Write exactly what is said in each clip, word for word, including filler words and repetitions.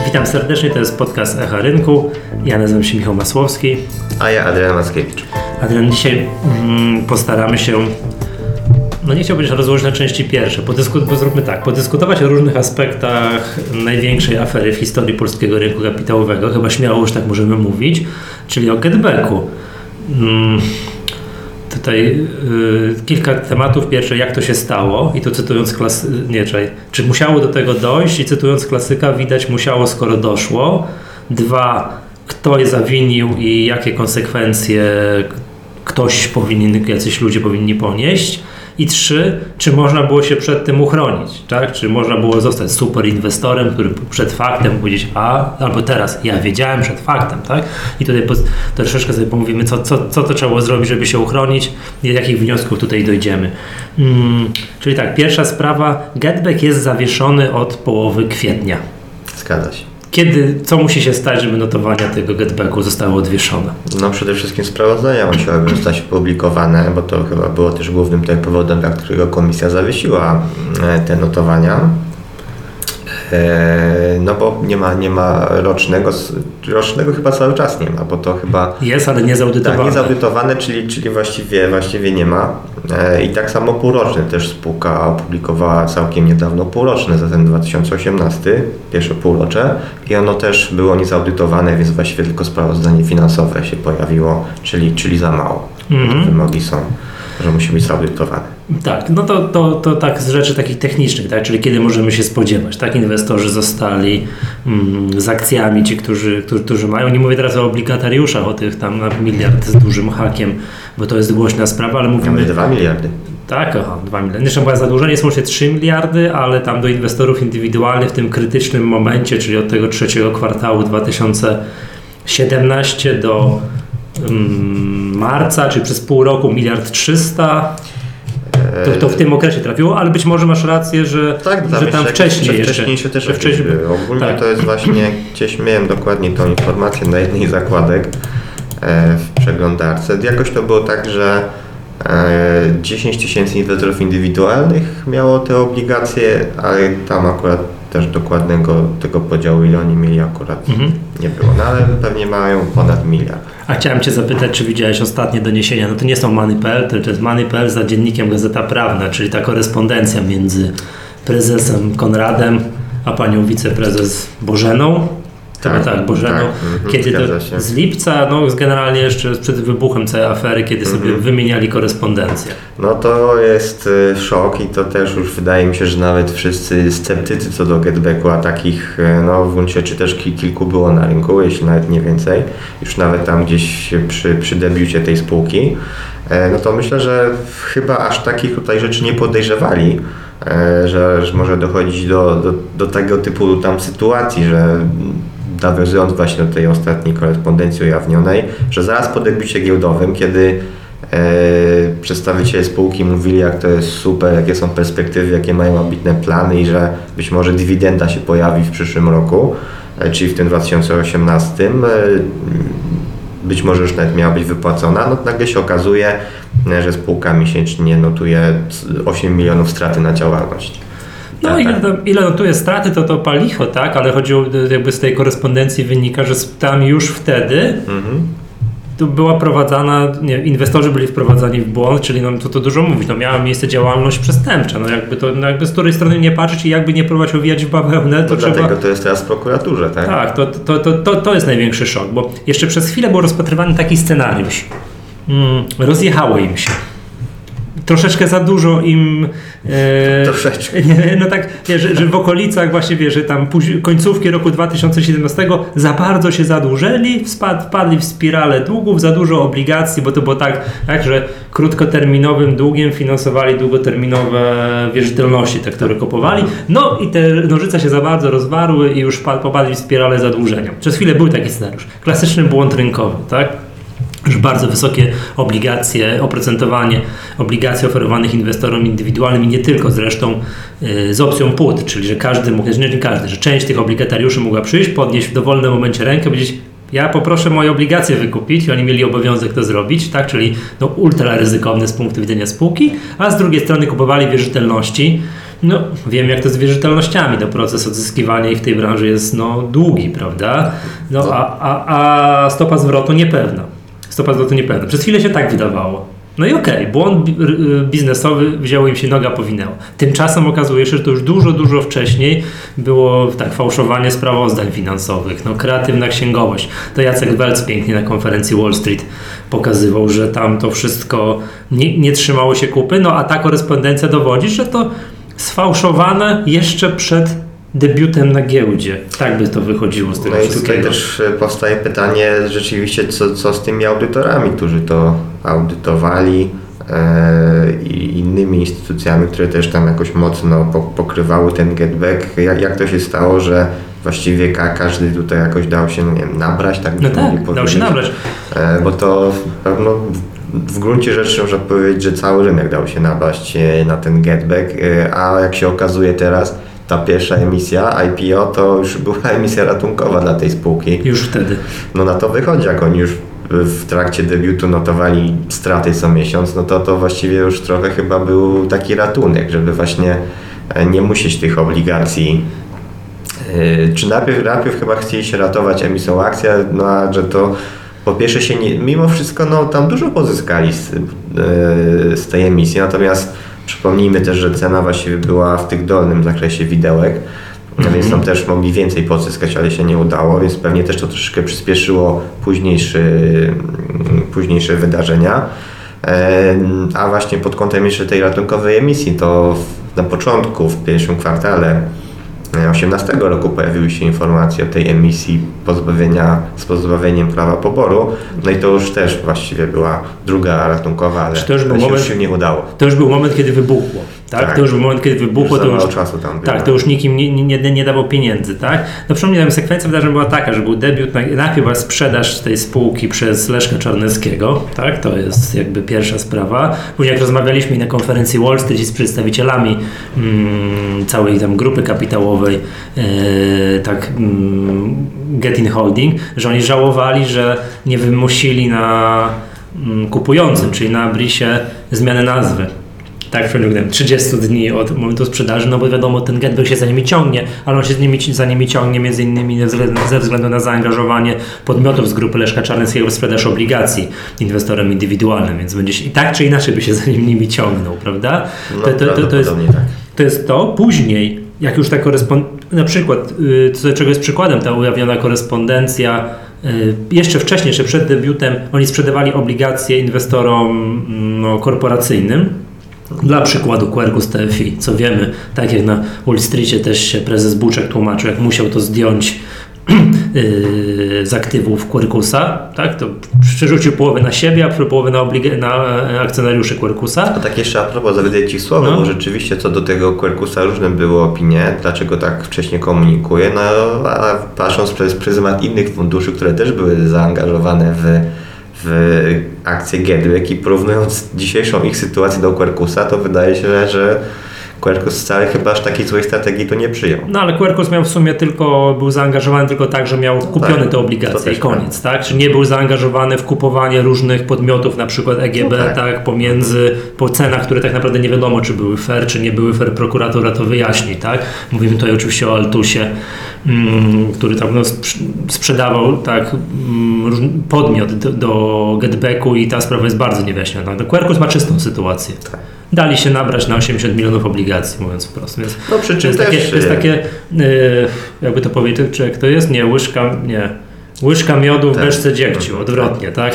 Witam serdecznie, to jest podcast Echa Rynku. Ja nazywam się Michał Masłowski. A ja Adrian Mackiewicz. Adrian, dzisiaj mm, postaramy się, no nie chciałbym rozłożyć na części pierwsze, podysku- bo zróbmy tak, podyskutować o różnych aspektach największej afery w historii polskiego rynku kapitałowego, chyba śmiało już tak możemy mówić, czyli o getbacku. Mm. Tutaj y, kilka tematów. Pierwsze, jak to się stało i to cytując klasy, nie, czekaj, czy musiało do tego dojść i cytując klasyka, widać musiało, skoro doszło. Dwa, kto je zawinił i jakie konsekwencje ktoś powinien, jacyś ludzie powinni ponieść. I trzy, czy można było się przed tym uchronić, tak? Czy można było zostać super inwestorem, który przed faktem powiedzieć, a, albo teraz, ja wiedziałem przed faktem, tak? I tutaj po, troszeczkę sobie pomówimy, co, co, co to trzeba było zrobić, żeby się uchronić i do jakich wniosków tutaj dojdziemy. Hmm, czyli tak, pierwsza sprawa, getback jest zawieszony od połowy kwietnia. Zgadza się. Kiedy, co musi się stać, żeby notowania tego getbacku zostały odwieszone? No przede wszystkim sprawozdania musiałyby zostać opublikowane, bo to chyba było też głównym tutaj powodem, dla którego komisja zawiesiła te notowania. No bo nie ma, nie ma rocznego, rocznego chyba cały czas nie ma, bo to chyba... Jest, ale nie zaudytowane. Tak, nie zaudytowane, czyli, czyli właściwie, właściwie nie ma. I tak samo półroczny też spółka opublikowała całkiem niedawno półroczne za ten dwa tysiące osiemnasty, pierwsze półrocze i ono też było niezaudytowane, więc właściwie tylko sprawozdanie finansowe się pojawiło, czyli, czyli za mało. Mm-hmm. Wymogi są, że musi być zaudytowane. Tak, no to, to, to tak z rzeczy takich technicznych, tak? Czyli kiedy możemy się spodziewać, tak? Inwestorzy zostali mm, z akcjami, ci, którzy, którzy, którzy mają, nie mówię teraz o obligatariuszach, o tych tam na miliard z dużym hakiem, bo to jest głośna sprawa, ale mówimy... Mamy dwa miliardy. Tak, aha, dwa miliardy. Zresztą była zadłużenie, są już trzy miliardy, ale tam do inwestorów indywidualnych w tym krytycznym momencie, czyli od tego trzeciego kwartału dwa tysiące siedemnastego do um, marca, czyli przez pół roku miliard trzysta. To, to w tym okresie trafiło, ale być może masz rację, że, tak, że tam wcześniej jeszcze. Wcześniejsze też wcześniej były. Ogólnie tak. To jest właśnie, gdzieś miałem dokładnie tą informację na jednej z zakładek e, w przeglądarce. Jakoś to było tak, że e, dziesięć tysięcy inwestorów indywidualnych miało te obligacje, ale tam akurat też dokładnego tego podziału, ile oni mieli akurat mhm. nie było. No ale pewnie mają ponad miliard. A chciałem Cię zapytać, czy widziałeś ostatnie doniesienia? No to nie są Money kropka p l, to jest Money kropka p l za dziennikiem Gazeta Prawna, czyli ta korespondencja między prezesem Konradem a panią wiceprezes Bożeną. Tak, tak, Bożeną. Tak, kiedy to się. Z lipca, no generalnie jeszcze przed wybuchem całej afery, kiedy mm-hmm. sobie wymieniali korespondencję. No to jest szok i to też już wydaje mi się, że nawet wszyscy sceptycy co do getbacku, a takich no w gruncie czy też kilku było na rynku, jeśli nawet nie więcej, już nawet tam gdzieś przy, przy debiucie tej spółki, no to myślę, że chyba aż takich tutaj rzeczy nie podejrzewali, że, że może dochodzić do, do, do tego typu tam sytuacji, że nawiązując właśnie do tej ostatniej korespondencji ujawnionej, że zaraz po debiucie giełdowym, kiedy e, przedstawiciele spółki mówili, jak to jest super, jakie są perspektywy, jakie mają ambitne plany i że być może dywidenda się pojawi w przyszłym roku, e, czyli w tym dwa tysiące osiemnastym, e, być może już nawet miała być wypłacona, no nagle się okazuje, e, że spółka miesięcznie notuje osiem milionów straty na działalność. No tak, ile, to, ile notuje straty, to to palicho, tak? Ale chodziło, jakby z tej korespondencji wynika, że tam już wtedy mhm. to była prowadzana, nie, inwestorzy byli wprowadzani w błąd, czyli no, to, to dużo mówić, no miała miejsce działalność przestępcza, no jakby to, no jakby z której strony nie patrzeć i jakby nie próbować owijać w bawełnę, to no trzeba... Dlatego to jest teraz w prokuraturze, tak? Tak, to, to, to, to, to jest największy szok, bo jeszcze przez chwilę był rozpatrywany taki scenariusz. Hmm, rozjechało im się. Troszeczkę za dużo im e, Troszeczkę. Nie, no tak, wie, że, że w okolicach właśnie wie, że tam później, końcówki roku dwa tysiące siedemnastego za bardzo się zadłużyli, wpad, wpadli w spiralę długów, za dużo obligacji, bo to było tak, tak, że krótkoterminowym długiem finansowali długoterminowe wierzytelności, te, które kupowali, no i te nożyce się za bardzo rozwarły i już popadli w spiralę zadłużenia. Przez chwilę był taki scenariusz. Klasyczny błąd rynkowy, tak? Że bardzo wysokie obligacje, oprocentowanie obligacji oferowanych inwestorom indywidualnym i nie tylko zresztą yy, z opcją put, czyli że każdy mógł, nie każdy, że część tych obligatariuszy mogła przyjść, podnieść w dowolnym momencie rękę, powiedzieć: ja poproszę moje obligacje wykupić i oni mieli obowiązek to zrobić, tak, czyli no ultra ryzykowne z punktu widzenia spółki, a z drugiej strony kupowali wierzytelności No, wiem jak to z wierzytelnościami, no proces odzyskiwania ich w tej branży jest no długi, prawda? No, a, a, a stopa zwrotu niepewna. Stopa zwrotu niepewna. Przez chwilę się tak wydawało. No i okej, okay, błąd biznesowy, wzięło im się, noga powinęła. Tymczasem okazuje się, że to już dużo, dużo wcześniej było tak fałszowanie sprawozdań finansowych, no kreatywna księgowość. To Jacek Welc pięknie na konferencji Wall Street pokazywał, że tam to wszystko nie, nie trzymało się kupy, no a ta korespondencja dowodzi, że to sfałszowane jeszcze przed debiutem na giełdzie. Tak by to wychodziło z tego no wszystkiego. I tutaj też powstaje pytanie rzeczywiście, co, co z tymi audytorami, którzy to audytowali e, i innymi instytucjami, które też tam jakoś mocno po, pokrywały ten getback. Jak, jak to się stało, że właściwie ka, każdy tutaj jakoś dał się, nie wiem, nabrać, tak no tak, dał się nabrać. E, bo to pewno w, w gruncie rzeczy można powiedzieć, że cały rynek dał się nabrać na ten getback, e, a jak się okazuje teraz, ta pierwsza emisja I P O to już była emisja ratunkowa dla tej spółki. Już wtedy. No na to wychodzi, jak oni już w trakcie debiutu notowali straty co miesiąc, no to to właściwie już trochę chyba był taki ratunek, żeby właśnie nie musieć tych obligacji. Yy, czy najpierw, najpierw chyba chcieli się ratować emisją akcji, no a że to po pierwsze się nie, mimo wszystko no tam dużo pozyskali z, yy, z tej emisji, natomiast przypomnijmy też, że cena właściwie była w tych dolnym zakresie widełek, mm-hmm. więc tam też mogli więcej pozyskać, ale się nie udało, więc pewnie też to troszeczkę przyspieszyło późniejszy, późniejsze wydarzenia. A właśnie pod kątem jeszcze tej ratunkowej emisji, to na początku, w pierwszym kwartale osiemnastego roku pojawiły się informacje o tej emisji pozbawienia, z pozbawieniem prawa poboru, no i to już też właściwie była druga ratunkowa, ale to już był się, moment, już się nie udało. To już był moment, kiedy wybuchło. Tak? tak? To już był moment, kiedy wybuchło, już to już, czasu tam było. Tak, to już nikim nie, nie, nie dawał pieniędzy, tak? No przypomnę, sekwencja wydarzeń była taka, że był debiut, najpierw była sprzedaż tej spółki przez Leszka Czarneckiego, tak? To jest jakby pierwsza sprawa. Później jak rozmawialiśmy na konferencji Wall Street z przedstawicielami mm, całej tam grupy kapitałowej, yy, tak mm, Getin Holding, że oni żałowali, że nie wymusili na mm, kupującym, czyli na Brisie zmiany nazwy. Tak, w ciągu trzydziestu dni od momentu sprzedaży, no bo wiadomo, ten getback się za nimi ciągnie, ale on się z nimi, za nimi ciągnie między innymi ze względu na zaangażowanie podmiotów z grupy Leszka Czarneckiego w sprzedaż obligacji inwestorem indywidualnym, więc będzie się, i tak czy inaczej by się za nimi ciągnął, prawda? No, to, to, to, to, jest, tak. to jest to. Później, jak już ta korespondencja, na przykład, co, czego jest przykładem, ta ujawniona korespondencja, jeszcze wcześniej, jeszcze przed debiutem, oni sprzedawali obligacje inwestorom no, korporacyjnym. Dla przykładu Quercus T F I, co wiemy, tak jak na Wall Streetie też się prezes Buczek tłumaczył, jak musiał to zdjąć yy, z aktywów Quercusa, tak, to przerzucił połowę na siebie, a połowę na, obliga- na akcjonariuszy Quercusa. A tak jeszcze a propos, zawiedzę Ci słowo, no. Bo rzeczywiście co do tego Quercusa różne były opinie, dlaczego tak wcześnie komunikuje, no a patrząc przez pryzmat innych funduszy, które też były zaangażowane w w akcję getback i porównując dzisiejszą ich sytuację do Quercusa, to wydaje się, że Quercus wcale chyba aż takiej złej strategii to nie przyjął. No ale Quercus miał w sumie tylko, był zaangażowany tylko tak, że miał kupione tak, te obligacje i koniec, tak? Czy nie był zaangażowany w kupowanie różnych podmiotów, na przykład E G B, no tak. tak, pomiędzy, po cenach, które tak naprawdę nie wiadomo, czy były fair, czy nie były fair, prokuratura to wyjaśni, tak? Mówimy tutaj oczywiście o Altusie, mm, który tam no, sprzedawał tak mm, podmiot do, do getbacku i ta sprawa jest bardzo niewyjaśniona. No, Quercus ma czystą sytuację. Tak. Dali się nabrać na osiemdziesiąt milionów obligacji, mówiąc wprost. Więc no przy czym to jest też takie, to jest takie yy, jakby to powiedzieć, czy jak to jest? Nie, łyżka, nie. Łyżka miodu w tak. beczce dziegciu, odwrotnie, tak?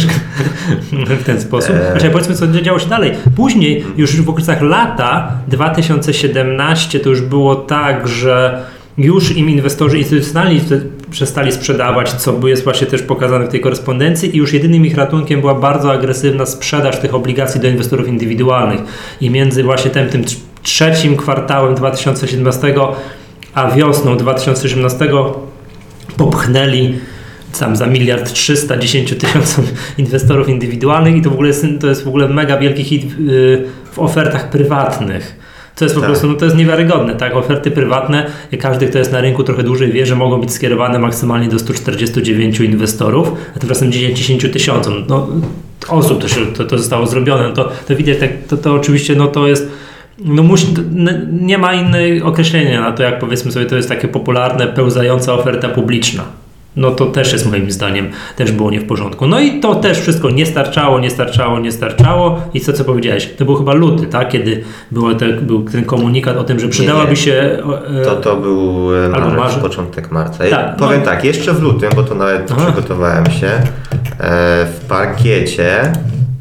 W ten sposób. Znaczy, powiedzmy, co działo się dalej. Później, już w okolicach lata dwa tysiące siedemnaście to już było tak, że już im inwestorzy instytucjonalni przestali sprzedawać, co jest właśnie też pokazane w tej korespondencji i już jedynym ich ratunkiem była bardzo agresywna sprzedaż tych obligacji do inwestorów indywidualnych. I między właśnie tym, tym trzecim kwartałem dwa tysiące siedemnastego a wiosną dwa tysiące osiemnastego popchnęli tam za miliard trzysta dziesięć tysięcy inwestorów indywidualnych i to w ogóle jest, to jest w ogóle mega wielki hit yy, w ofertach prywatnych. To jest po tak. prostu, no to jest niewiarygodne, tak? Oferty prywatne, każdy, kto jest na rynku trochę dłużej wie, że mogą być skierowane maksymalnie do stu czterdziestu dziewięciu inwestorów, a tymczasem dziesięciu tysiącom no, osób to, się, to, to zostało zrobione. No to, to widać, tak, to, to oczywiście no to jest no musi, nie ma innego określenia na to, jak powiedzmy sobie, to jest takie popularne, pełzająca oferta publiczna. No to też jest moim zdaniem, też było nie w porządku. No i to też wszystko nie starczało, nie starczało, nie starczało. I co, co powiedziałeś? To był chyba luty, tak? Kiedy było te, był ten komunikat o tym, że przydałaby nie, nie. się... E, to to był marzec, marzec. początek marca. Tak, Powiem no. tak, jeszcze w lutym, bo to nawet Aha. przygotowałem się, e, w Parkiecie, e,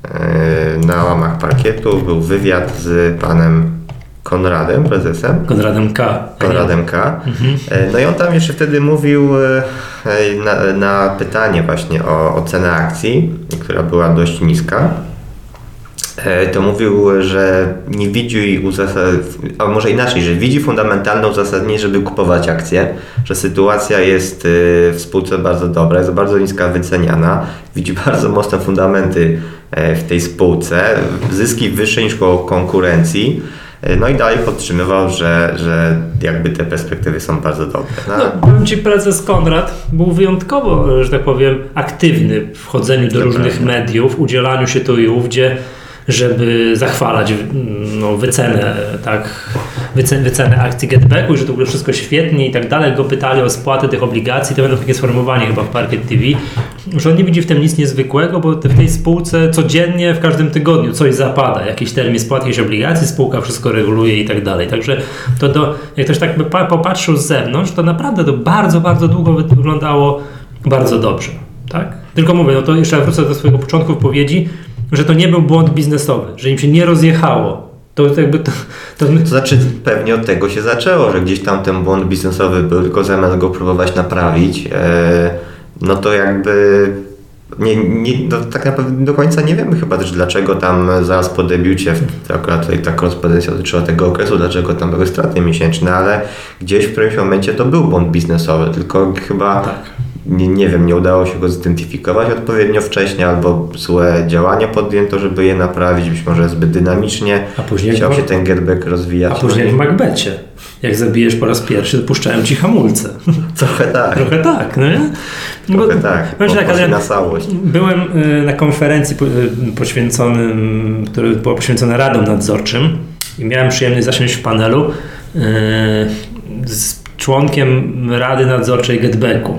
na łamach Parkietu był wywiad z panem Konradem, prezesem. Konradem K. Konradem K. Mhm. No i on tam jeszcze wtedy mówił na, na pytanie właśnie o, o cenę akcji, która była dość niska. To mówił, że nie widzi uzasadnienia, a może inaczej, że widzi fundamentalne uzasadnienie, żeby kupować akcje, że sytuacja jest w spółce bardzo dobra, jest bardzo niska wyceniana, widzi bardzo mocne fundamenty w tej spółce, zyski wyższe niż koło konkurencji. No i dalej podtrzymywał, że, że jakby te perspektywy są bardzo dobre. No, no, powiem Ci, prezes Konrad był wyjątkowo, że tak powiem, aktywny w wchodzeniu do to różnych prawda. mediów, udzielaniu się tu i ówdzie, żeby zachwalać no, wycenę, tak, wycenę, wycenę akcji Getbacku, że to było wszystko świetnie i tak dalej. Go pytali o spłatę tych obligacji, to będą takie sformułowanie chyba w Parkiet T V, że on nie widzi w tym nic niezwykłego, bo w tej spółce codziennie, w każdym tygodniu coś zapada, jakiś termin spłaty jakiejś obligacji, spółka wszystko reguluje i tak dalej. Także to, to jak ktoś tak by popatrzył z zewnątrz, to naprawdę to bardzo, bardzo długo wyglądało bardzo dobrze. Tak? Tylko mówię, no to jeszcze wrócę do swojego początku wypowiedzi, że to nie był błąd biznesowy, że im się nie rozjechało. To jakby to, to... to znaczy pewnie od tego się zaczęło, że gdzieś tam ten błąd biznesowy był, tylko zamiast go próbować naprawić, e, no to jakby nie, nie, no tak naprawdę do końca nie wiemy chyba też dlaczego tam zaraz po debiucie, akurat tutaj ta korespondencja dotyczyła tego okresu, dlaczego tam były straty miesięczne, ale gdzieś w którymś momencie to był błąd biznesowy, tylko chyba... Tak. Nie, nie wiem, nie udało się go zidentyfikować odpowiednio wcześnie, albo złe działania podjęto, żeby je naprawić, być może zbyt dynamicznie a później chciał się ten Getback rozwijać. A później jak w Macbecie, jak zabijesz po raz pierwszy, to puszczają ci hamulce. Trochę tak. Trochę tak, no nie? Trochę Bo, tak, po, tak ale na całość. Byłem y, na konferencji y, poświęconym, która była poświęcona radom nadzorczym i miałem przyjemność zasiąść w panelu y, z członkiem Rady Nadzorczej Getbacku.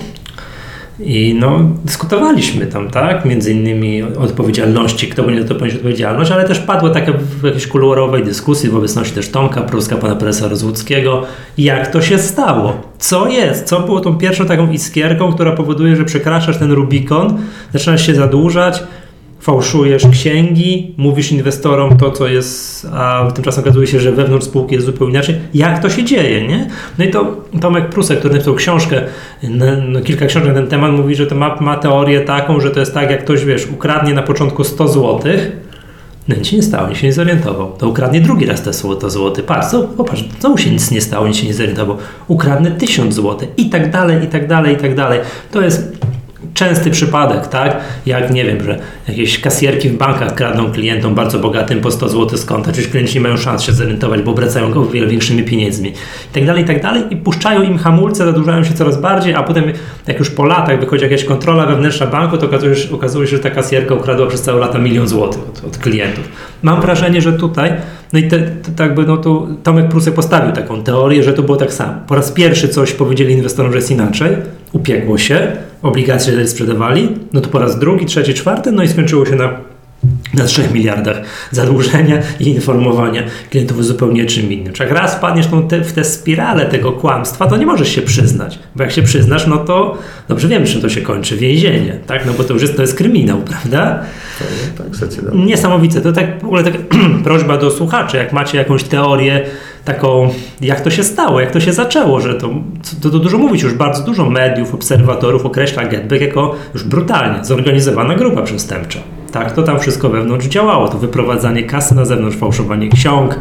I no, dyskutowaliśmy tam, tak, między innymi o odpowiedzialności, kto będzie za to ponieść odpowiedzialność, ale też padło takie w jakiejś kuluarowej dyskusji w obecności też Tomka Pruska, pana prezesa Rozłuckiego, jak to się stało, co jest, co było tą pierwszą taką iskierką, która powoduje, że przekraczasz ten Rubikon, zaczynasz się zadłużać, fałszujesz księgi, mówisz inwestorom to, co jest, a tymczasem okazuje się, że wewnątrz spółki jest zupełnie inaczej. Jak to się dzieje, nie? No i to Tomek Prusek, który napisał książkę, no, kilka książek na ten temat, mówi, że to ma, ma teorię taką, że to jest tak, jak ktoś, wiesz, ukradnie na początku sto złotych, no nic się nie stało, nic się nie zorientował. To ukradnie drugi raz te sto złotych. Patrz, co, popatrz, znowu się nic nie stało, nic się nie zorientował. Ukradnę tysiąc złotych i tak dalej, i tak dalej, i tak dalej. To jest częsty przypadek, tak? Jak, nie wiem, że jakieś kasjerki w bankach kradną klientom bardzo bogatym po sto złotych z konta, przecież klienci nie mają szans się zorientować, bo obracają go o wiele większymi pieniędzmi. I tak dalej, i tak dalej. I puszczają im hamulce, zadłużają się coraz bardziej, a potem jak już po latach wychodzi jakaś kontrola wewnętrzna banku, to okazuje się, okazuje się że ta kasjerka ukradła przez całe lata milion złotych od, od klientów. Mam wrażenie, że tutaj, no i te, te, tak by, no to Tomek Prusek postawił taką teorię, że to było tak samo. Po raz pierwszy coś powiedzieli inwestorom, że jest inaczej, upiekło się, obligacje sprzedawali, no to po raz drugi, trzeci, czwarty, no i skończyło się na, na trzech miliardach zadłużenia i informowania klientów o zupełnie czym innym. Czy jak raz wpadniesz te, w tę spiralę tego kłamstwa, to nie możesz się przyznać, bo jak się przyznasz, no to dobrze wiemy, czym to się kończy, więzienie, tak, no bo to już jest, to jest kryminał, prawda? To, tak, zdecydowanie. Niesamowite, to tak w ogóle tak prośba do słuchaczy, jak macie jakąś teorię taką, jak to się stało, jak to się zaczęło, że to, to, to dużo mówić, już bardzo dużo mediów, obserwatorów określa Getback jako już brutalnie zorganizowana grupa przestępcza. Tak, to tam wszystko wewnątrz działało, to wyprowadzanie kasy na zewnątrz, fałszowanie ksiąg,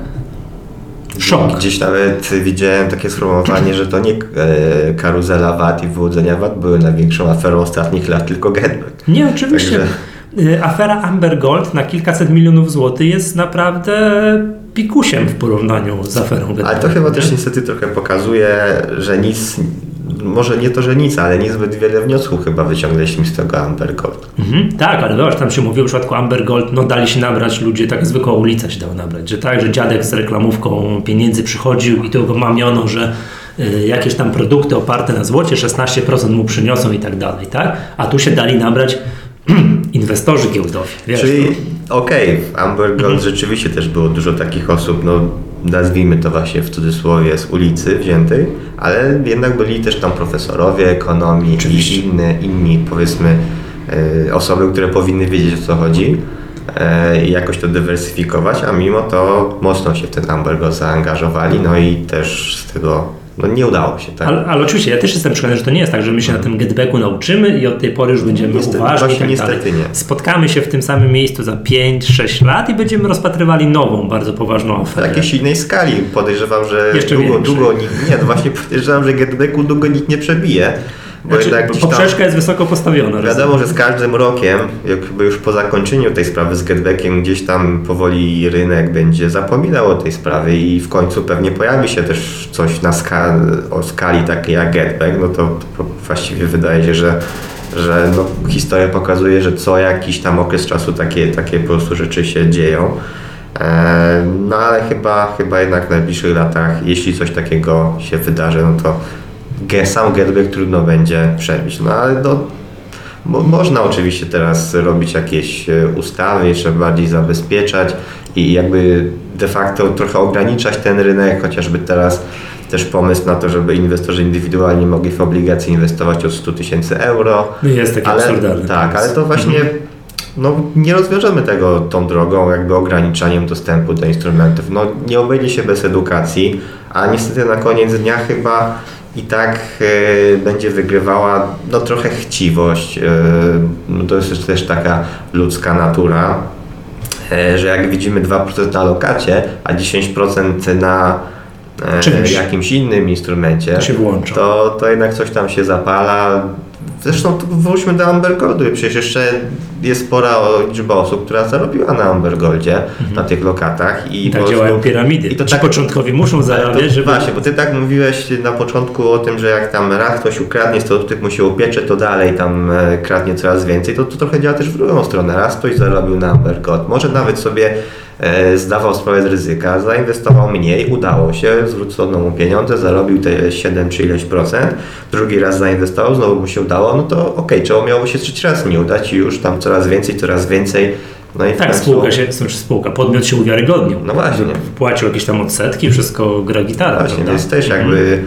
szok. Gdzieś nawet widziałem takie sformułowanie, że to nie e, karuzela V A T i wyłudzenia V A T były największą aferą ostatnich lat, tylko Getback. Nie, oczywiście. Także... Afera Amber Gold na kilkaset milionów złotych jest naprawdę pikusiem w porównaniu z aferą Getback. Ale to chyba też niestety trochę pokazuje, że nic może nie to, że nic, ale niezbyt wiele wniosków chyba wyciągnęliśmy z tego Amber Gold. Mhm, tak, ale zobacz, tam się mówiło w przypadku Amber Gold, no dali się nabrać ludzie, tak zwykła ulica się dała nabrać, że tak, że dziadek z reklamówką pieniędzy przychodził i to go mamiono, że y, jakieś tam produkty oparte na złocie szesnaście procent mu przyniosą i tak dalej, tak? A tu się dali nabrać inwestorzy giełdowi. Wiesz, Czyli to... okej, okay, w Amber Gold mhm. rzeczywiście też było dużo takich osób, no nazwijmy to właśnie w cudzysłowie z ulicy wziętej, ale jednak byli też tam profesorowie ekonomii Oczywiście. i inne, inni powiedzmy y, osoby, które powinny wiedzieć, o co chodzi i y, jakoś to dywersyfikować, a mimo to mocno się w ten Amber Gold zaangażowali, no i też z tego no nie udało się, tak? Ale, ale oczywiście, ja też jestem przekonany, że to nie jest tak, że my się na tym getbacku nauczymy i od tej pory już będziemy niestety, uważni i tak niestety dalej. Nie. Spotkamy się w tym samym miejscu za pięć sześć lat i będziemy rozpatrywali nową, bardzo poważną aferę. W jakiejś innej skali. Podejrzewam, że Jeszcze długo, większej. długo nikt, nie, no właśnie podejrzewam, że getbacku długo nikt nie przebije. Bo znaczy, jednak poprzeczka tam, jest wysoko postawiona. Wiadomo, że z każdym rokiem, jakby już po zakończeniu tej sprawy z getbackiem, gdzieś tam powoli rynek będzie zapominał o tej sprawie i w końcu pewnie pojawi się też coś na ska- o skali takiej jak getback, no to, to właściwie wydaje się, że, że no, historia pokazuje, że co jakiś tam okres czasu takie, takie po prostu rzeczy się dzieją. Eee, no ale chyba, chyba jednak w najbliższych latach, jeśli coś takiego się wydarzy, no to sam getback trudno będzie przebić, no ale no, mo- można oczywiście teraz robić jakieś ustawy, jeszcze bardziej zabezpieczać i jakby de facto trochę ograniczać ten rynek, chociażby teraz też pomysł na to, żeby inwestorzy indywidualni mogli w obligacje inwestować od stu tysięcy euro. No jest taki ale, absurdalny. Tak, ale to właśnie no, nie rozwiążemy tego tą drogą, jakby ograniczaniem dostępu do instrumentów. No, nie obejdzie się bez edukacji, a niestety na koniec dnia chyba i tak y, będzie wygrywała no, trochę chciwość. Y, no, to jest też taka ludzka natura, y, że jak widzimy dwa procent na lokacie, a dziesięć procent na y, jakimś innym instrumencie, to się włącza. To, to jednak coś tam się zapala. Zresztą wróćmy do Amber Goldu. Przecież jeszcze jest spora liczba osób, która zarobiła na Amber Goldzie, mhm. na tych lokatach. I, I tak działają piramidy. I to ci tak, początkowi muszą zarabiać, to, żeby... Właśnie, bo ty tak mówiłeś na początku o tym, że jak tam raz ktoś ukradnie, z tych mu się upiecze, to dalej tam kradnie coraz więcej. To, to trochę działa też w drugą stronę. Raz ktoś zarobił na Amber Gold. Może nawet sobie e, zdawał sprawę z ryzyka, zainwestował mniej, udało się, zwrócono mu pieniądze, zarobił te siedem czy ileś procent. Drugi raz zainwestował, znowu mu się udało, no to okej, okay, czemu miało się trzeci raz nie udać i już tam coraz więcej, coraz więcej. No i tak, końcu... spółka się, znaczy spółka, podmiot się uwiarygodnił. No właśnie. Płacił jakieś tam odsetki, wszystko gra gitara. Właśnie, prawda? więc też jakby mm.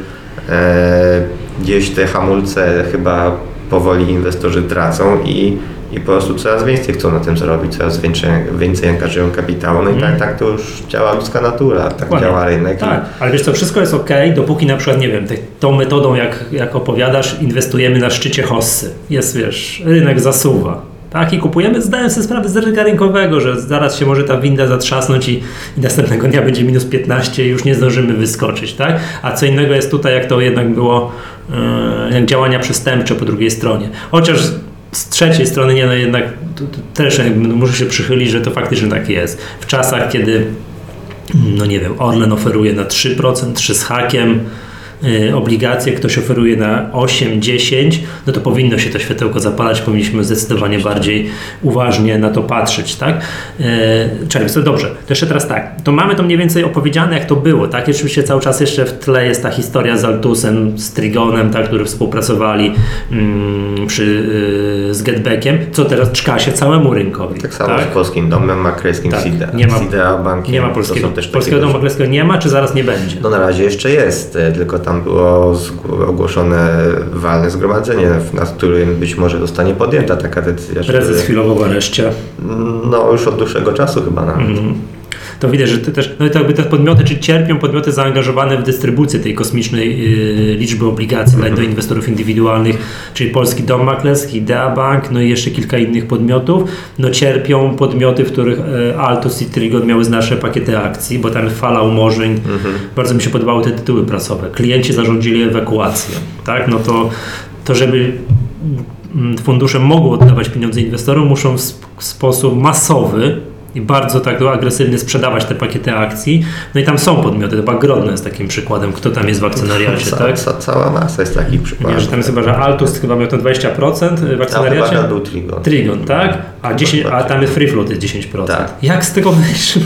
e, gdzieś te hamulce chyba powoli inwestorzy tracą i, i po prostu coraz więcej chcą na tym zarobić, coraz więcej, więcej angażują kapitału. No mm. i tak, tak to już działa ludzka natura, tak Dokładnie. działa rynek. Tak, i... ale wiesz co, wszystko jest ok, dopóki na przykład, nie wiem, te, tą metodą jak, jak opowiadasz, inwestujemy na szczycie hossy. Jest, wiesz, rynek zasuwa. Tak, i kupujemy, zdałem sobie sprawę z ryzyka rynkowego, że zaraz się może ta winda zatrzasnąć i, i następnego dnia będzie minus piętnaście i już nie zdążymy wyskoczyć, tak? A co innego jest tutaj, jak to jednak było, yy, jak działania przestępcze po drugiej stronie. Chociaż z trzeciej strony, nie no jednak to, to też muszę się przychylić, że to faktycznie tak jest. W czasach, kiedy, no nie wiem, Orlen oferuje na trzy procent, trzy z hakiem, obligacje, ktoś oferuje na osiem dziesięć, no to powinno się to światełko zapalać, powinniśmy zdecydowanie bardziej uważnie na to patrzeć, tak? Eee, Czekaj, to dobrze, to jeszcze teraz tak, to mamy to mniej więcej opowiedziane, jak to było, tak? I oczywiście cały czas jeszcze w tle jest ta historia z Altusem, z Trigonem, tak, którzy współpracowali mm, przy, yy, z getbackiem, co teraz czka się całemu rynkowi. Tak samo tak? z Polskim Domem Maklerskim, tak. Sidea, nie ma, Sidea Bankiem. Nie ma polskiego, polskiego Domu Maklerskiego nie ma, czy zaraz nie będzie? No na razie jeszcze jest, tylko tam było ogłoszone walne zgromadzenie, nad którym być może zostanie podjęta taka decyzja. Prezes chwilowo w areszcie. No już od dłuższego czasu chyba nawet. Mm. To widać, że te też, no i to jakby te podmioty, czy cierpią podmioty zaangażowane w dystrybucję tej kosmicznej yy, liczby obligacji mm-hmm. do inwestorów indywidualnych, czyli Polski Dom Maklerski, Idea Bank, no i jeszcze kilka innych podmiotów. No cierpią podmioty, w których yy, Altus i Trigon miały znaczne pakiety akcji, bo tam fala umorzeń. Mm-hmm. Bardzo mi się podobały te tytuły prasowe. Klienci zarządzili ewakuację, tak? No to, to żeby fundusze mogły oddawać pieniądze inwestorom, muszą w sp- sposób masowy i bardzo tak agresywnie sprzedawać te pakiety akcji. No i tam są podmioty, chyba Grodno jest takim przykładem, kto tam jest w akcjonariacie, Ca, tak? Ca, cała masa jest takich przykładów. Nie, że tam jest chyba, że Altus chyba miał to dwadzieścia procent w akcjonariacie. Tam chyba był Trigon. Trigon, tak? A, dziesięć, a tam jest Free Float jest dziesięć procent. Tak. Jak z tego wyjść?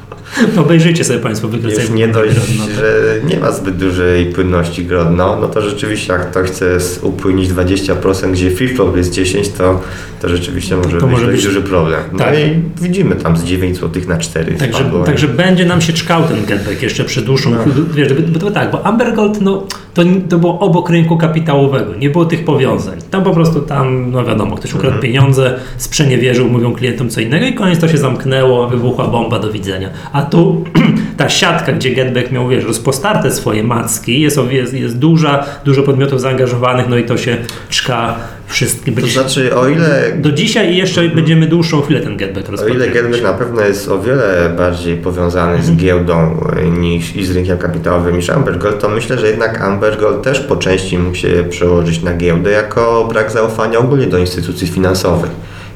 No obejrzyjcie sobie Państwo wykres. Już nie dość, że nie ma zbyt dużej płynności Grodno, no to rzeczywiście jak ktoś chce upłynić dwadzieścia procent, gdzie free float jest dziesięć, to, to rzeczywiście może to być może dość być duży problem. No tak. i widzimy tam z dziewięć złotych na cztery. Także, spadło. także będzie nam się czkał ten getback jeszcze przed dłuższą No. wiesz, bo to tak, bo Amber Gold no, to, to było obok rynku kapitałowego, nie było tych powiązań. Tam po prostu tam, no wiadomo, ktoś ukradł Mhm. pieniądze, sprzeniewierzył, mówią klientom co innego i koniec to się zamknęło, wybuchła bomba, do widzenia. A tu ta siatka, gdzie getback miał, wiesz, rozpostarte swoje macki, jest, jest, jest duża, dużo podmiotów zaangażowanych, no i to się czka wszystkie. To znaczy o ile... Do dzisiaj i jeszcze Mhm. będziemy dłuższą chwilę ten getback O rozpatrywać. ile getback na pewno jest o wiele bardziej powiązany z giełdą niż, i z rynkiem kapitałowym niż Amber Gold, to myślę, że jednak Amber Gold też po części mógł się przełożyć na giełdę jako brak zaufania ogólnie do instytucji finansowych.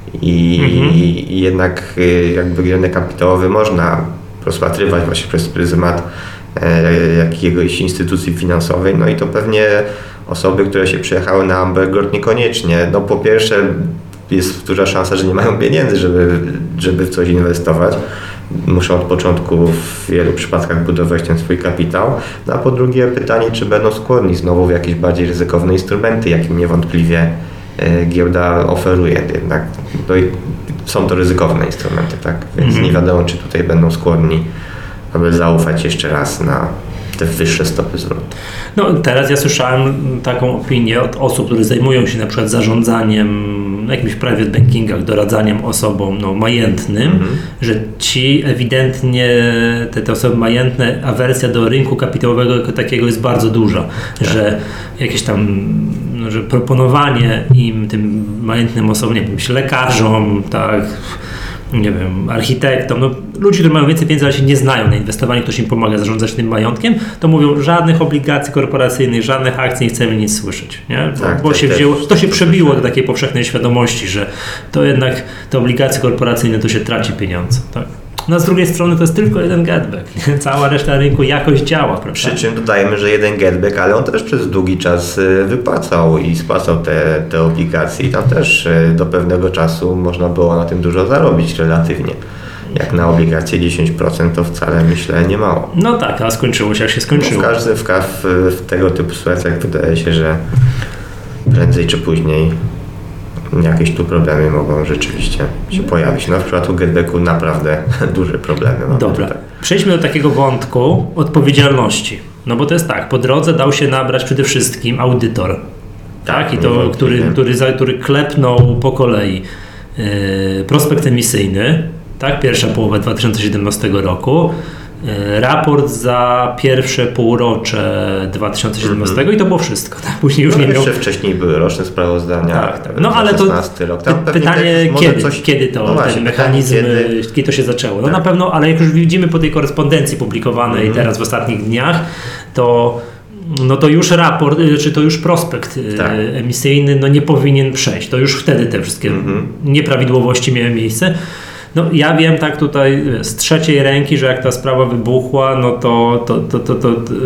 I, Mhm. i, i jednak y, jakby rynek kapitałowy można rozpatrywać właśnie przez pryzmat e, jakiegoś instytucji finansowej, no i to pewnie osoby, które się przyjechały na Amber Gold niekoniecznie. No po pierwsze jest duża szansa, że nie mają pieniędzy, żeby, żeby w coś inwestować. Muszą od początku w wielu przypadkach budować ten swój kapitał. No a po drugie pytanie, czy będą skłonni znowu w jakieś bardziej ryzykowne instrumenty, jakim niewątpliwie e, giełda oferuje. Jednak no i są to ryzykowne instrumenty, tak? Więc Mhm. nie wiadomo, czy tutaj będą skłonni, aby zaufać jeszcze raz na te wyższe stopy zwrotu. No teraz ja słyszałem taką opinię od osób, które zajmują się na przykład zarządzaniem jakimś private bankingach, doradzaniem osobom no, majętnym, Mhm. że ci ewidentnie, te, te osoby majętne, awersja do rynku kapitałowego jako takiego jest bardzo duża, że jakieś tam, no, że proponowanie im, tym majętnym osobom, nie wiem, jakimś lekarzom, tak, nie wiem, architektom, no, ludzie, którzy mają więcej pieniędzy, ale się nie znają na inwestowaniu, ktoś im pomaga zarządzać tym majątkiem, to mówią, żadnych obligacji korporacyjnych, żadnych akcji, nie chcemy nic słyszeć, nie? Bo, Tak, bo tak, się też, wzięło, to się też przebiło do słyszałem. takiej powszechnej świadomości, że to jednak te obligacje korporacyjne to się traci pieniądze, tak? No a z drugiej strony to jest tylko jeden getback, nie? Cała reszta rynku jakoś działa, prawda? Przy czym dodajmy, że jeden getback, ale on też przez długi czas y, wypłacał i spłacał te, te obligacje i tam też y, do pewnego czasu można było na tym dużo zarobić relatywnie. Jak na obligacje dziesięć procent to wcale myślę nie mało. No tak, a skończyło się jak się No skończyło. w każdym w, w, w tego typu sytuacjach wydaje się, że prędzej czy później jakieś tu problemy mogą rzeczywiście się pojawić. No w przypadku getbacku naprawdę duże problemy mamy Dobra, tutaj. przejdźmy do takiego wątku odpowiedzialności. No bo to jest tak, po drodze dał się nabrać przede wszystkim audytor, tak? Tak, I to, niewątpliwie. który, który, za- który klepnął po kolei yy, prospekt emisyjny, tak? Pierwsza połowa dwa tysiące siedemnastego roku, yy, raport za pierwsze półrocze dwa tysiące siedemnastego i to było wszystko, tak? Później już No, nie miał... jeszcze wcześniej były roczne sprawozdania. Tak, tak. No ale to szesnasty rok. Tam py- pewnie pytanie też może kiedy, coś- kiedy to, no właśnie, ten pytanie, mechanizm, kiedy- kiedy to się zaczęło. No Tak. na pewno, ale jak już widzimy po tej korespondencji publikowanej Mhm. teraz w ostatnich dniach, to no to już raport, y, czy to już prospekt y, Tak. emisyjny no nie powinien przejść. To już wtedy te wszystkie Mhm. nieprawidłowości miały miejsce. No ja wiem tak tutaj z trzeciej ręki, że jak ta sprawa wybuchła, no to to, to, to, to, to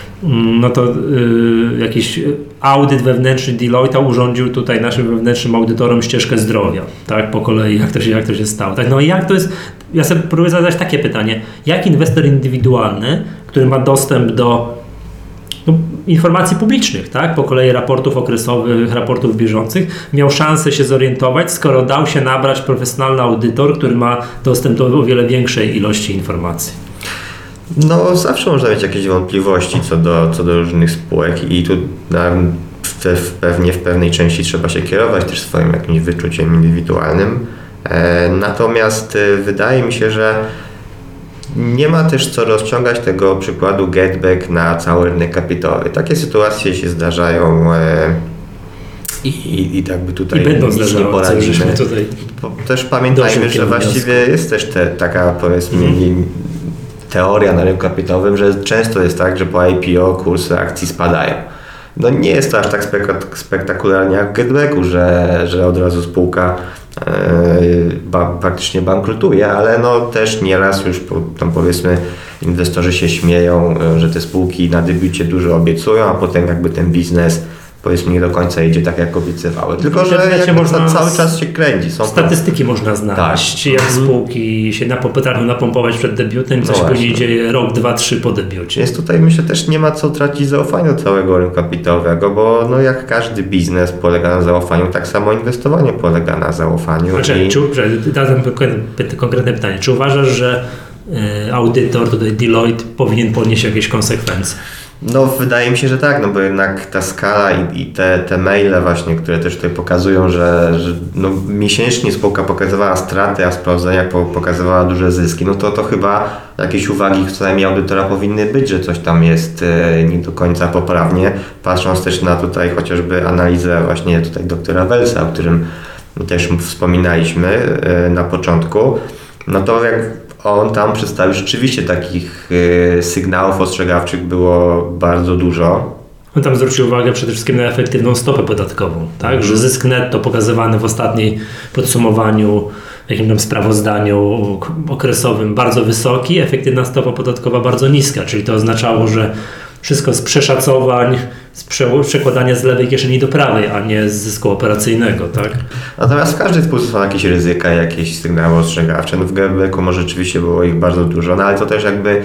no to y, jakiś audyt wewnętrzny Deloitte'a urządził tutaj naszym wewnętrznym audytorom ścieżkę zdrowia, tak, po kolei, jak to się, jak to się stało. Tak, no i jak to jest, ja sobie próbuję zadać takie pytanie, jak inwestor indywidualny, który ma dostęp do no, informacji publicznych, tak, po kolei raportów okresowych, raportów bieżących, miał szansę się zorientować, skoro dał się nabrać profesjonalny audytor, który ma dostęp do o wiele większej ilości informacji. No zawsze można mieć jakieś wątpliwości co do, co do różnych spółek i tu na, w, pewnie w pewnej części trzeba się kierować też swoim jakimś wyczuciem indywidualnym. E, natomiast e, wydaje mi się, że nie ma też co rozciągać tego przykładu getback na cały rynek kapitałowy. Takie sytuacje się zdarzają e, i, i, i tak by tutaj I będą nic nie zdarzały, co poradzimy. żeśmy tutaj Bo też pamiętajmy, doszło że do właściwie jest też te, taka powiedzmy Mhm. teoria na rynku kapitałowym, że często jest tak, że po I P O kursy akcji spadają. No nie jest to aż tak spek- spektakularnie jak w getbacku, że, że od razu spółka ba, praktycznie bankrutuje, ale no też nieraz już po, tam powiedzmy inwestorzy się śmieją, że te spółki na debiucie dużo obiecują, a potem jakby ten biznes powiedzmy nie do końca idzie tak jak obiecywały. Tylko, że jakby można cały czas się kręci. Są statystyki tam można znaleźć, tak. Jak spółki się napom- potrafią napompować przed debiutem, coś no później dzieje rok, dwa, trzy po debiucie. Więc tutaj myślę też nie ma co tracić zaufania do całego rynku kapitałowego, bo no jak każdy biznes polega na zaufaniu, tak samo inwestowanie polega na zaufaniu. Znaczy, i... czy, zadam konkretne pytanie. Czy uważasz, że y, audytor, tutaj Deloitte powinien ponieść jakieś konsekwencje? No wydaje mi się, że tak, no bo jednak ta skala i, i te, te maile właśnie, które też tutaj pokazują, że, że no miesięcznie spółka pokazywała straty, a w sprawozdaniach pokazywała duże zyski, no to to chyba jakieś uwagi co najmniej audytora powinny być, że coś tam jest e, nie do końca poprawnie, patrząc też na tutaj chociażby analizę właśnie tutaj doktora Welsa, o którym też wspominaliśmy e, na początku, no to jak on tam przedstawił rzeczywiście takich y, sygnałów ostrzegawczych było bardzo dużo. On tam zwrócił uwagę przede wszystkim na efektywną stopę podatkową, tak? Mm. Że zysk netto pokazywany w ostatnim podsumowaniu, w jakimś tam sprawozdaniu okresowym bardzo wysoki, efektywna stopa podatkowa bardzo niska, czyli to oznaczało, że wszystko z przeszacowań, z przekładania z lewej kieszeni do prawej, a nie z zysku operacyjnego, tak? Natomiast w każdej spółce są jakieś ryzyka, jakieś sygnały ostrzegawcze. No w G B K może rzeczywiście było ich bardzo dużo, no ale to też jakby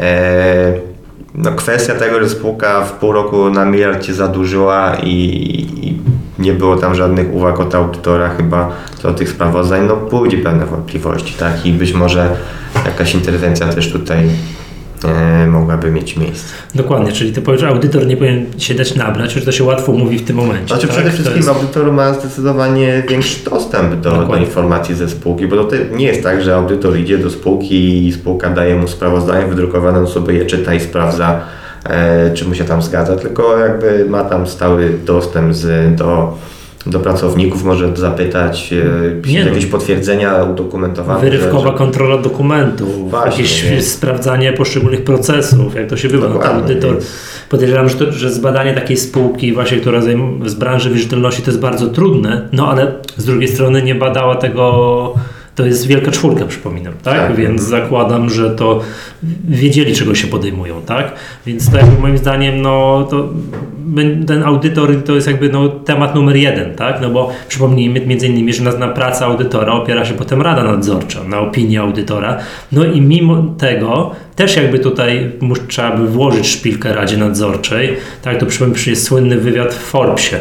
e, no kwestia tego, że spółka w pół roku na miliard się zadłużyła i, i nie było tam żadnych uwag od audytora chyba co do tych sprawozdań, no budzi pewne wątpliwości, tak? I być może jakaś interwencja też tutaj E, mogłaby mieć miejsce. Dokładnie, czyli ty powiesz, że audytor nie powinien się dać nabrać, że to się łatwo mówi w tym momencie. Znaczy tak? przede wszystkim jest... audytor ma zdecydowanie większy dostęp do, do informacji ze spółki, bo to nie jest tak, że audytor idzie do spółki i spółka daje mu sprawozdanie wydrukowane, on sobie je czyta i sprawdza, e, czy mu się tam zgadza, tylko jakby ma tam stały dostęp z, do do pracowników, może zapytać, e, jakieś no. potwierdzenia udokumentowane. Wyrywkowa że... kontrola dokumentów, Właśnie, jakieś nie. sprawdzanie poszczególnych procesów, jak to się bywa. No, audytor, podejrzewam, że, to, że zbadanie takiej spółki właśnie, która z branży wierzytelności to jest bardzo trudne, no ale z drugiej strony nie badała tego. To jest wielka czwórka, przypominam, tak? tak? Więc zakładam, że to wiedzieli, czego się podejmują, tak? Więc to jakby moim zdaniem, no to ten audytor to jest jakby no, temat numer jeden, tak? No bo przypomnijmy między innymi, że na, na praca audytora opiera się potem rada nadzorcza, na opinii audytora. No i mimo tego też jakby tutaj mus, trzeba by włożyć szpilkę radzie nadzorczej, tak? To przypomnę, że jest słynny wywiad w Forbesie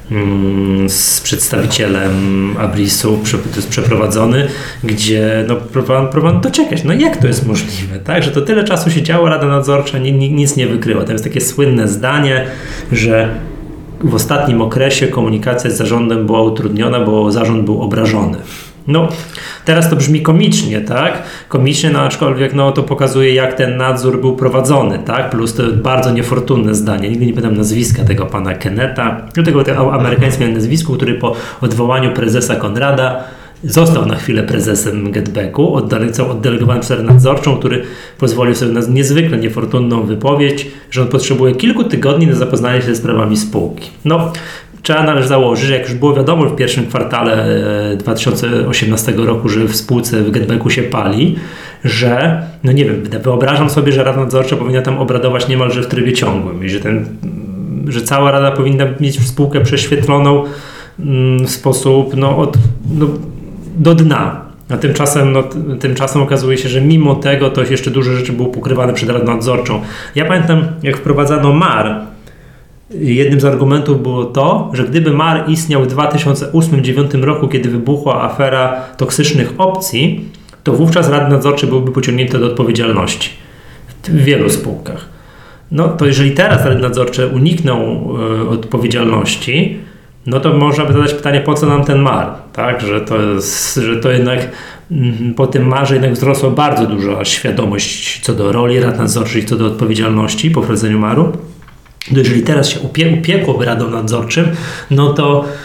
mm, z przedstawicielem Abrisu, to jest przeprowadzony, gdzie no, próbowano doczekać, no jak to jest możliwe, tak? Że to tyle czasu się działo, rada nadzorcza ni, ni, nic nie wykryła. Tam jest takie słynne zdanie, że w ostatnim okresie komunikacja z zarządem była utrudniona, bo zarząd był obrażony. No, teraz to brzmi komicznie, tak? Komicznie, no aczkolwiek no, to pokazuje, jak ten nadzór był prowadzony, tak? Plus to bardzo niefortunne zdanie. Nigdy nie pamiętam nazwiska tego pana Kenneta, tego, tego amerykańskiego nazwisku, który po odwołaniu prezesa Konrada został na chwilę prezesem Getbacku, oddelegowany przez Radę Nadzorczą, który pozwolił sobie na niezwykle niefortunną wypowiedź, że on potrzebuje kilku tygodni na zapoznanie się ze sprawami spółki. No, trzeba należy założyć, że jak już było wiadomo w pierwszym kwartale dwa tysiące osiemnastego roku, że w spółce w Getbacku się pali, że, no nie wiem, wyobrażam sobie, że Rada Nadzorcza powinna tam obradować niemalże w trybie ciągłym i że, ten, że cała Rada powinna mieć spółkę prześwietloną w sposób, no, od, no do dna. A tymczasem, no, tymczasem okazuje się, że mimo tego to jeszcze dużo rzeczy było pokrywane przed Radą Nadzorczą. Ja pamiętam, jak wprowadzano M A R, jednym z argumentów było to, że gdyby M A R istniał w dwa tysiące ósmym do dwa tysiące dziewiątym roku, kiedy wybuchła afera toksycznych opcji, to wówczas Rady Nadzorcze byłyby pociągnięte do odpowiedzialności w wielu spółkach. No to jeżeli teraz Rady Nadzorcze unikną y, odpowiedzialności, no to można by zadać pytanie, po co nam ten M A R, tak? Że to jest, że to jednak mm, po tym M A R-ze jednak wzrosła bardzo duża świadomość co do roli rad nadzorczych, co do odpowiedzialności po wprowadzeniu M A R-u. No jeżeli teraz się upie, upiekłoby radą nadzorczym, no to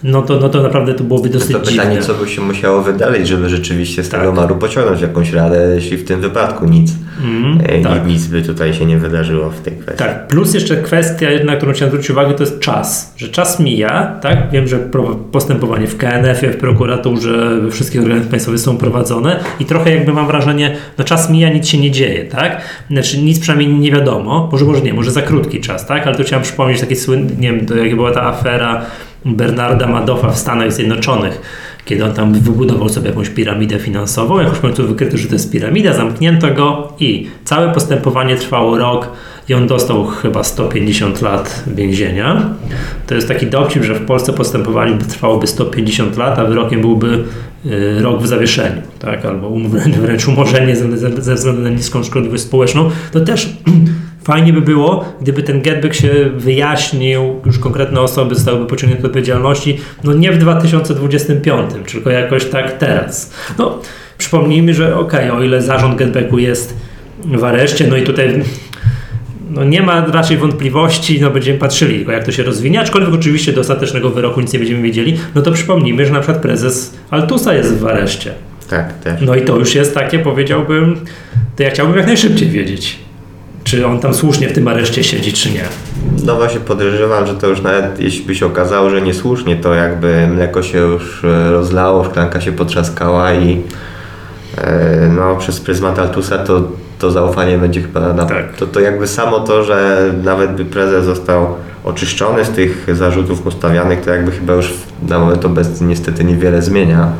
no to, no to naprawdę to byłoby dosyć to pytanie, dziwne. co by się musiało wydarzyć, żeby rzeczywiście z Tak. tego maru pociągnąć jakąś radę, jeśli w tym wypadku nic, Mm, e, tak. nic by tutaj się nie wydarzyło w tej kwestii. Tak, plus jeszcze kwestia, na którą chciałem zwrócić uwagę, to jest czas, że czas mija, tak? Wiem, że pro- postępowanie w K N F-ie, w prokuraturze, we wszystkich organach państwowych są prowadzone i trochę jakby mam wrażenie, no czas mija, nic się nie dzieje, tak? Znaczy nic przynajmniej nie wiadomo, może, może nie, może za krótki czas, tak? Ale tu chciałem przypomnieć taki słynny, nie wiem, to jak była ta afera Bernarda Madoffa w Stanach Zjednoczonych, kiedy on tam wybudował sobie jakąś piramidę finansową, jakoś w końcu wykryto, że to jest piramida, zamknięto go i całe postępowanie trwało rok i on dostał chyba sto pięćdziesiąt lat więzienia. To jest taki dowcip, że w Polsce postępowanie trwałoby sto pięćdziesiąt lat, a wyrokiem byłby y, rok w zawieszeniu, tak? Albo um, wręcz umorzenie ze, ze, ze względu na niską szkodliwość społeczną. To też fajnie by było, gdyby ten getback się wyjaśnił, już konkretne osoby zostałyby pociągnięte do odpowiedzialności, no nie w dwa tysiące dwudziestym piątym, tylko jakoś tak teraz. No, przypomnijmy, że okej, okay, o ile zarząd getbacku jest w areszcie, no i tutaj no nie ma raczej wątpliwości, no będziemy patrzyli tylko jak to się rozwinie, aczkolwiek oczywiście do ostatecznego wyroku nic nie będziemy wiedzieli, no to przypomnijmy, że na przykład prezes Altusa jest w areszcie. Tak, też. No i to już jest takie, powiedziałbym, to ja chciałbym jak najszybciej wiedzieć, czy on tam słusznie w tym areszcie siedzi, czy nie. No właśnie podejrzewam, że to już nawet jeśli by się okazało, że niesłusznie, to jakby mleko się już rozlało, szklanka się potrzaskała i e, no przez pryzmat Altusa to, to zaufanie będzie chyba na, Tak. to, to jakby samo to, że nawet by prezes został oczyszczony z tych zarzutów mu stawianych, to jakby chyba już na moment obecny niestety niewiele zmienia.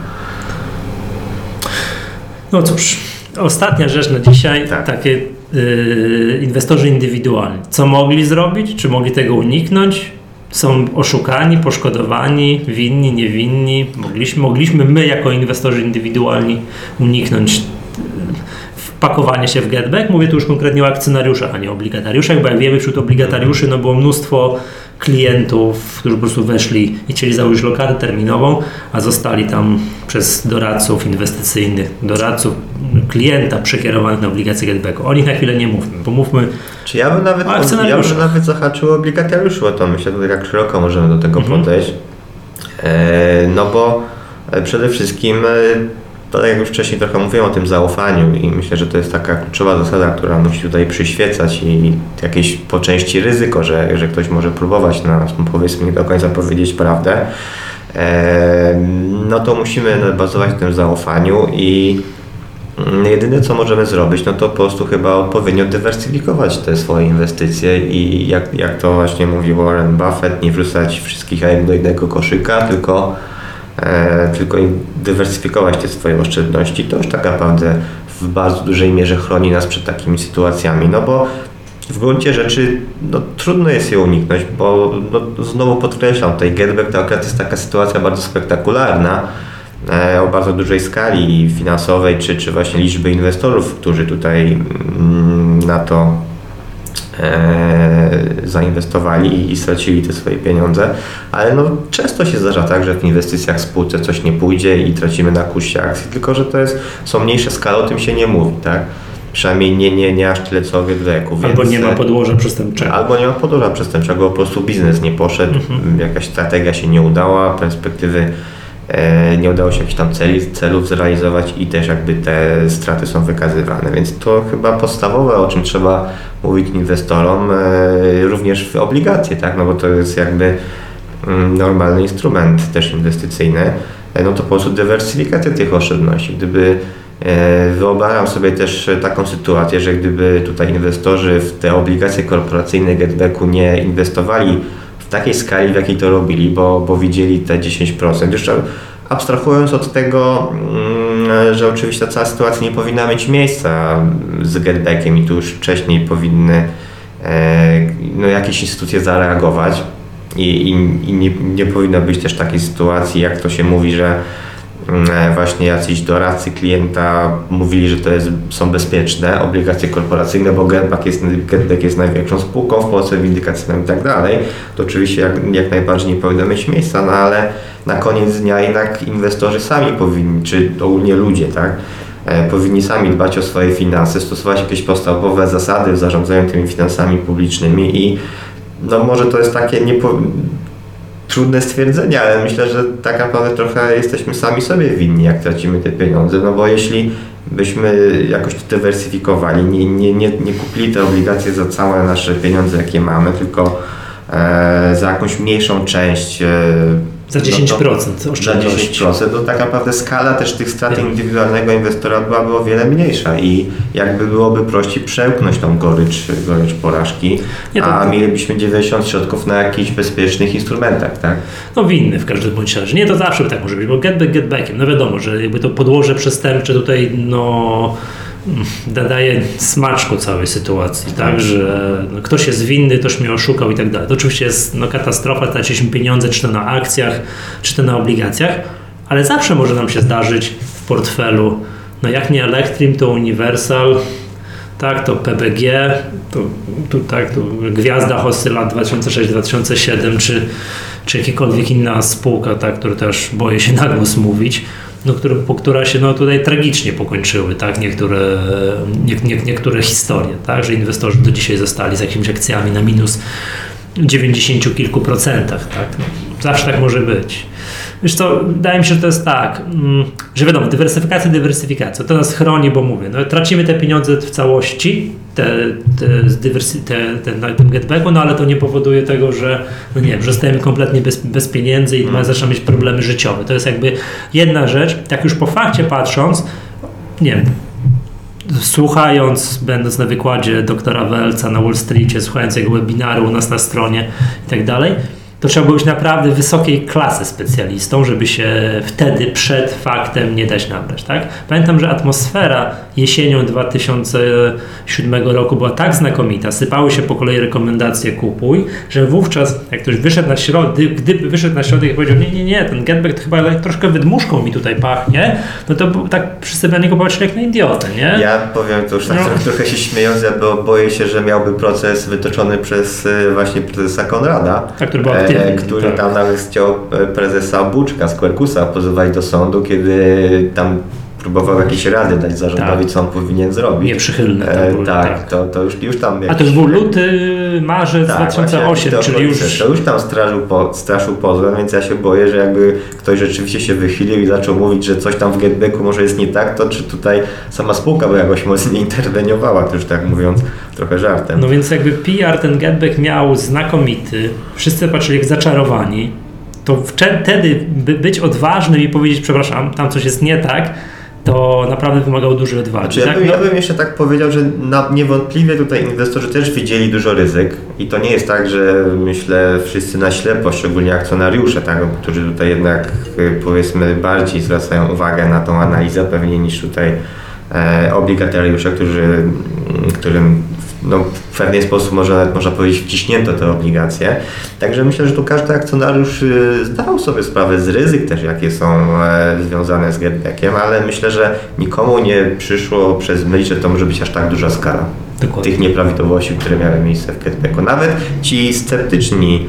No cóż, ostatnia rzecz na dzisiaj, Tak. takie yy, inwestorzy indywidualni. Co mogli zrobić? Czy mogli tego uniknąć? Są oszukani, poszkodowani, winni, niewinni. Mogliśmy, mogliśmy my jako inwestorzy indywidualni uniknąć wpakowania się w getback. Mówię tu już konkretnie o akcjonariuszach, a nie o obligatariuszach, bo jak wiemy, wśród obligatariuszy no było mnóstwo klientów, którzy po prostu weszli i chcieli założyć lokatę terminową, a zostali tam przez doradców inwestycyjnych, doradców klienta przekierowanych na obligacje getbacku. O nich na chwilę nie mówmy, bo mówmy Czy ja bym nawet, o ja akcjonariuszach. bym nawet zahaczył o obligatariuszy, bo to myślę, że tak szeroko możemy do tego Mhm. podejść. E, no bo przede wszystkim, to tak jak już wcześniej trochę mówiłem o tym zaufaniu i myślę, że to jest taka kluczowa zasada, która musi tutaj przyświecać i jakieś po części ryzyko, że, że ktoś może próbować nas, powiedzmy, nie do końca powiedzieć prawdę. E, no to musimy bazować na tym zaufaniu i jedyne co możemy zrobić, no to po prostu chyba odpowiednio dywersyfikować te swoje inwestycje i jak, jak to właśnie mówił Warren Buffett, nie wrzucać wszystkich jajek do jednego koszyka, tylko, e, tylko dywersyfikować te swoje oszczędności. To już tak naprawdę w bardzo dużej mierze chroni nas przed takimi sytuacjami, no bo w gruncie rzeczy no, trudno jest je uniknąć, bo no, znowu podkreślam, tutaj getback to akurat jest taka sytuacja bardzo spektakularna, o bardzo dużej skali finansowej, czy, czy właśnie liczby inwestorów, którzy tutaj na to e, zainwestowali i stracili te swoje pieniądze, ale no, często się zdarza tak, że w inwestycjach w spółce coś nie pójdzie i tracimy na kursie akcji, tylko że to jest, są mniejsze skale, o tym się nie mówi, tak? Przynajmniej nie, nie, nie aż tyle co o getbacku. Albo nie ma podłoża przestępczego. Albo nie ma podłoża przestępczego, po prostu biznes nie poszedł, mhm. jakaś strategia się nie udała, perspektywy nie udało się jakichś tam celi, celów zrealizować i też jakby te straty są wykazywane, więc to chyba podstawowe, o czym trzeba mówić inwestorom, również w obligacje, tak, no bo to jest jakby normalny instrument też inwestycyjny, no to po prostu dywersyfikacja tych oszczędności. Gdyby wyobrażam sobie też taką sytuację, że gdyby tutaj inwestorzy w te obligacje korporacyjne getbacku nie inwestowali w takiej skali, w jakiej to robili, bo, bo widzieli te dziesięć procent. Jeszcze abstrahując od tego, że oczywiście ta cała sytuacja nie powinna mieć miejsca z getbackiem i tu już wcześniej powinny no, jakieś instytucje zareagować i, i, i nie, nie powinno być też takiej sytuacji, jak to się mówi, że właśnie jacyś doradcy klienta mówili, że to jest, są bezpieczne obligacje korporacyjne, bo getback jest, getback jest największą spółką w Polsce, windykacyjną i tak dalej. To oczywiście jak, jak najbardziej nie powinno mieć miejsca, no ale na koniec dnia jednak inwestorzy sami powinni, czy ogólnie ludzie, tak, e, powinni sami dbać o swoje finanse, stosować jakieś podstawowe zasady w zarządzaniu tymi finansami publicznymi i no może to jest takie niepo... trudne stwierdzenie, ale myślę, że tak naprawdę trochę jesteśmy sami sobie winni, jak tracimy te pieniądze, no bo jeśli byśmy jakoś to dywersyfikowali, nie, nie, nie, nie kupili te obligacje za całe nasze pieniądze, jakie mamy, tylko e, za jakąś mniejszą część. E, za dziesięć procent no za dziesięć procent, to tak naprawdę skala też tych strat indywidualnego inwestora byłaby o wiele mniejsza i jakby byłoby prościej przełknąć tą gorycz, gorycz porażki, nie, to... a mielibyśmy dziewięćdziesiąt środków na jakichś bezpiecznych instrumentach, tak? No winny w każdym bądź razie. Nie, to zawsze tak może być, bo get back, get backiem, no wiadomo, że jakby to podłoże przestępcze tutaj, no daje smaczku całej sytuacji, tak, że no, ktoś jest winny, ktoś mnie oszukał i tak dalej. To oczywiście jest no, katastrofa, traciliśmy pieniądze, czy to na akcjach, czy to na obligacjach, ale zawsze może nam się zdarzyć w portfelu, no jak nie Electrim, to Universal, tak, to P B G, to, to, tak, to Gwiazda Hossy lat dwa tysiące szósty dwa tysiące siódmy, czy, czy jakakolwiek inna spółka, tak, którą też boję się na głos mówić, no, które, po która się no, tutaj tragicznie pokończyły, tak, niektóre, nie, nie, niektóre historie, tak, że inwestorzy do dzisiaj zostali z jakimiś akcjami na minus dziewięćdziesięciu kilku procentach, tak, no, zawsze tak może być. Wiesz co, wydaje mi się, że to jest tak, że wiadomo, dywersyfikacja, dywersyfikacja, to nas chroni, bo mówię, no, tracimy te pieniądze w całości, te, te, dywersy, te, te, na tym getbacku, no ale to nie powoduje tego, że no nie wiem, że stajemy kompletnie bez, bez pieniędzy i hmm. zaczynamy mieć problemy życiowe. To jest jakby jedna rzecz, tak już po fakcie patrząc, nie wiem, słuchając, będąc na wykładzie doktora Welca na Wall Streetie, słuchając jego webinaru u nas na stronie i tak dalej, to trzeba było być naprawdę wysokiej klasy specjalistą, żeby się wtedy przed faktem nie dać nabrać, tak? Pamiętam, że atmosfera jesienią dwa tysiące siódmego roku była tak znakomita, sypały się po kolei rekomendacje kupuj, że wówczas jak ktoś wyszedł na środek, gdyby wyszedł na środek i powiedział, nie, nie, nie, ten getback to chyba troszkę wydmuszką mi tutaj pachnie, no to tak wszyscy na niego patrzyli jak na idiotę, nie? Ja powiem to już tak no. trochę się śmiejąc, bo boję się, że miałby proces wytoczony przez właśnie prezesa Konrada. Tak, który był który tak. tam nawet chciał prezesa Buczka z Quercusa pozywać do sądu, kiedy tam próbował jakieś rady dać zarządowi, tak. co on powinien zrobić. Nieprzychylne. E, tak, tak, to, to już, już tam... A to już był luty, marzec tak, dwa tysiące ósmy, czyli już... To już tam straszył, po, straszył pozwem, więc ja się boję, że jakby ktoś rzeczywiście się wychylił i zaczął mówić, że coś tam w getbacku może jest nie tak, to czy tutaj sama spółka by jakoś mocniej interweniowała, to już tak mówiąc trochę żartem. No więc jakby P R ten getback miał znakomity, wszyscy patrzyli jak zaczarowani, to wtedy by być odważnym i powiedzieć, przepraszam, tam coś jest nie tak, to naprawdę wymagało dużej odwagi. Znaczy, ja, bym, ja bym jeszcze tak powiedział, że na, niewątpliwie tutaj inwestorzy też widzieli dużo ryzyk i to nie jest tak, że myślę wszyscy na ślepo, szczególnie akcjonariusze, tak, którzy tutaj jednak powiedzmy bardziej zwracają uwagę na tą analizę pewnie niż tutaj e, obligatariusze, którzy, którym no, w pewien sposób może nawet można powiedzieć wciśnięto te obligacje. Także myślę, że tu każdy akcjonariusz zdawał sobie sprawę z ryzyk też, jakie są e, związane z getbackiem, ale myślę, że nikomu nie przyszło przez myśl, że to może być aż tak duża skala Dokładnie. tych nieprawidłowości, które miały miejsce w getbacku. Nawet ci sceptyczni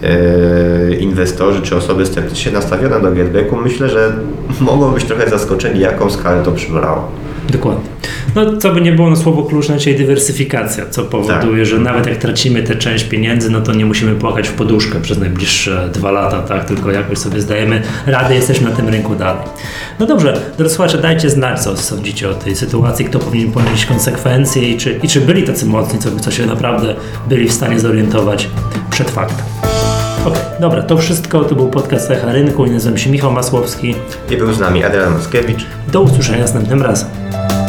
e, inwestorzy czy osoby sceptycznie nastawione do getbacku, myślę, że mogą być trochę zaskoczeni, jaką skalę to przybrało. Dokładnie. No co by nie było, no słowo klucz na dzisiaj dywersyfikacja, co powoduje, tak. że nawet jak tracimy tę część pieniędzy, no to nie musimy płakać w poduszkę przez najbliższe dwa lata, tak, tylko jakoś sobie zdajemy radę, jesteśmy na tym rynku dalej. No dobrze, drodzy słuchacze, dajcie znać, co sądzicie o tej sytuacji, kto powinien ponieść konsekwencje i czy, i czy byli tacy mocni, co, co się naprawdę byli w stanie zorientować przed faktem. Okej, okay, dobra, to wszystko, to był podcast Echa Rynku i nazywam się Michał Masłowski. I był z nami Adrian Mackiewicz. Do usłyszenia następnym razem.